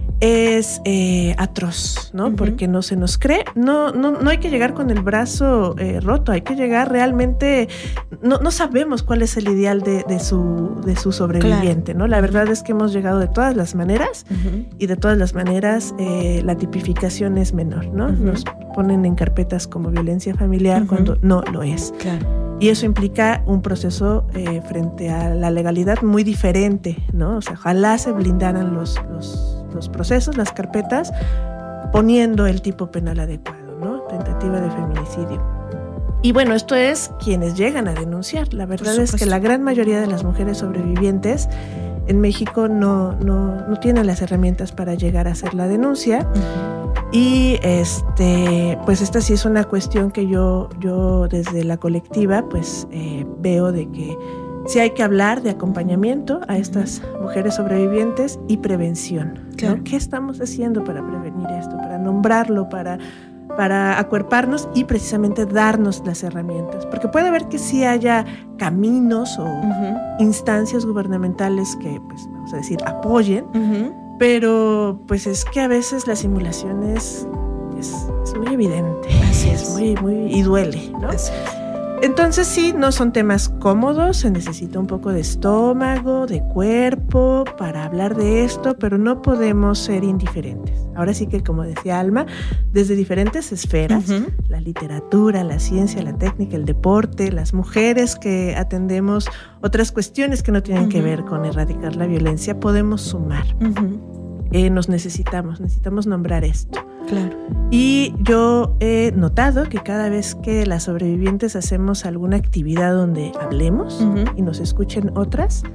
es eh, atroz, ¿no? Uh-huh. Porque no se nos cree, no, no, no hay que llegar con el brazo eh, roto, hay que llegar realmente, no, no sabemos cuál es el ideal de, de, su, de su sobreviviente, claro. ¿no? La verdad es que hemos llegado de todas las maneras uh-huh. y de todas las maneras eh, la tipificación es menor, ¿no? Uh-huh. Nos ponen en carpetas como violencia familiar uh-huh. cuando no lo es. Claro. Y eso implica un proceso eh, frente a la legalidad muy diferente, ¿no? O sea, ojalá se blindaran los, los, los procesos, las carpetas, poniendo el tipo penal adecuado, ¿no? Tentativa de feminicidio. Y bueno, esto es quienes llegan a denunciar. La verdad es que la gran mayoría de las mujeres sobrevivientes en México no, no, no tienen las herramientas para llegar a hacer la denuncia. Uh-huh. Y este, pues esta sí es una cuestión que yo, yo desde la colectiva pues eh, veo de que sí hay que hablar de acompañamiento a estas mujeres sobrevivientes y prevención, claro. ¿no? ¿Qué estamos haciendo para prevenir esto? Para nombrarlo, para, para acuerparnos y precisamente darnos las herramientas. Porque puede haber que sí haya caminos o uh-huh. instancias gubernamentales que, pues, vamos a decir, apoyen, uh-huh. pero pues es que a veces la simulación es, es, es muy evidente. Así es. es muy, muy, y duele, ¿no? Así es. Entonces sí, no son temas cómodos, se necesita un poco de estómago, de cuerpo para hablar de esto, pero no podemos ser indiferentes. Ahora sí que, como decía Alma, desde diferentes esferas, uh-huh. la literatura, la ciencia, la técnica, el deporte, las mujeres que atendemos otras cuestiones que no tienen uh-huh. que ver con erradicar la violencia, podemos sumar. Uh-huh. Eh, nos necesitamos, necesitamos nombrar esto. Claro. Y yo he notado que cada vez que las sobrevivientes hacemos alguna actividad donde hablemos uh-huh. y nos escuchen otras,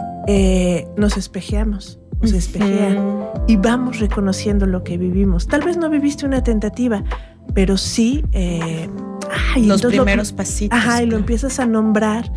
eh, nos espejeamos, nos uh-huh. espejean y vamos reconociendo lo que vivimos. Tal vez no viviste una tentativa, pero sí... Eh, ay, los primeros lo, pasitos. Ajá, y lo empiezas a nombrar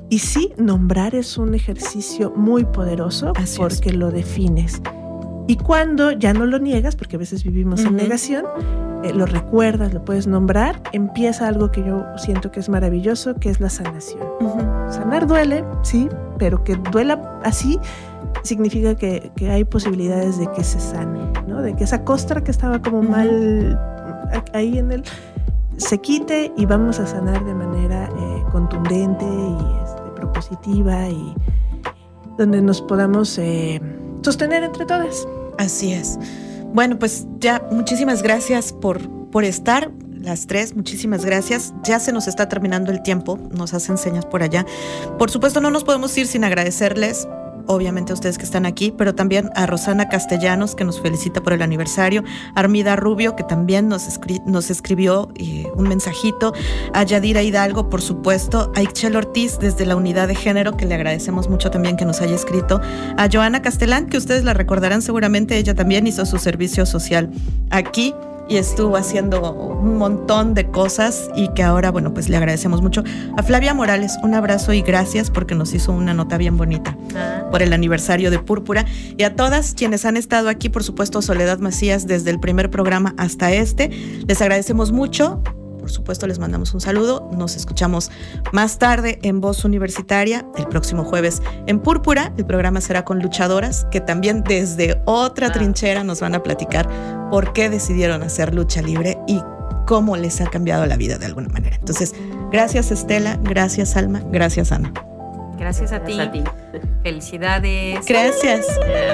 Y sí, nombrar es un ejercicio muy poderoso. Así porque es. Lo defines. Y cuando ya no lo niegas, porque a veces vivimos uh-huh. en negación, eh, lo recuerdas, lo puedes nombrar, empieza algo que yo siento que es maravilloso, que es la sanación. Uh-huh. Sanar duele, sí, pero que duela así significa que, que hay posibilidades de que se sane, ¿no? De que esa costra que estaba como uh-huh. mal ahí en el se quite y vamos a sanar de manera eh, contundente y este, propositiva y donde nos podamos eh, sostener entre todas. Así es. Bueno, pues ya muchísimas gracias por, por estar, las tres, muchísimas gracias. Ya se nos está terminando el tiempo, nos hacen señas por allá. Por supuesto, no nos podemos ir sin agradecerles, obviamente a ustedes que están aquí, pero también a Rosana Castellanos, que nos felicita por el aniversario, a Armida Rubio, que también nos, escri- nos escribió eh, un mensajito, a Yadira Hidalgo, por supuesto, a Ixchel Ortiz desde la Unidad de Género, que le agradecemos mucho también que nos haya escrito, a Joana Castelán, que ustedes la recordarán seguramente, ella también hizo su servicio social aquí y estuvo haciendo un montón de cosas y que ahora, bueno, pues le agradecemos mucho. A Flavia Morales, un abrazo y gracias porque nos hizo una nota bien bonita ah. por el aniversario de Púrpura. Y a todas quienes han estado aquí, por supuesto, Soledad Macías, desde el primer programa hasta este, les agradecemos mucho. Por supuesto, les mandamos un saludo. Nos escuchamos más tarde en Voz Universitaria, el próximo jueves en Púrpura. El programa será con luchadoras que también desde otra ah. trinchera nos van a platicar por qué decidieron hacer lucha libre y cómo les ha cambiado la vida de alguna manera. Entonces, gracias Estela, gracias Alma, gracias Ana. Gracias a ti. Gracias a ti. Felicidades. Gracias.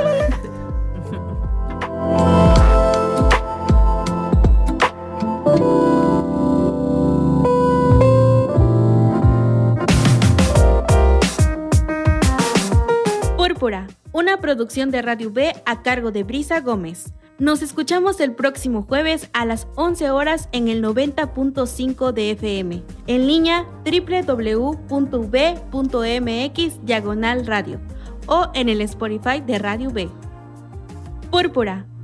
Púrpura, una producción de Radio V a cargo de Brisa Gómez. Nos escuchamos el próximo jueves a las once horas en el noventa punto cinco de F M. En línea doble u doble u doble u punto u v punto m x diagonal radio o en el Spotify de Radio V. Púrpura,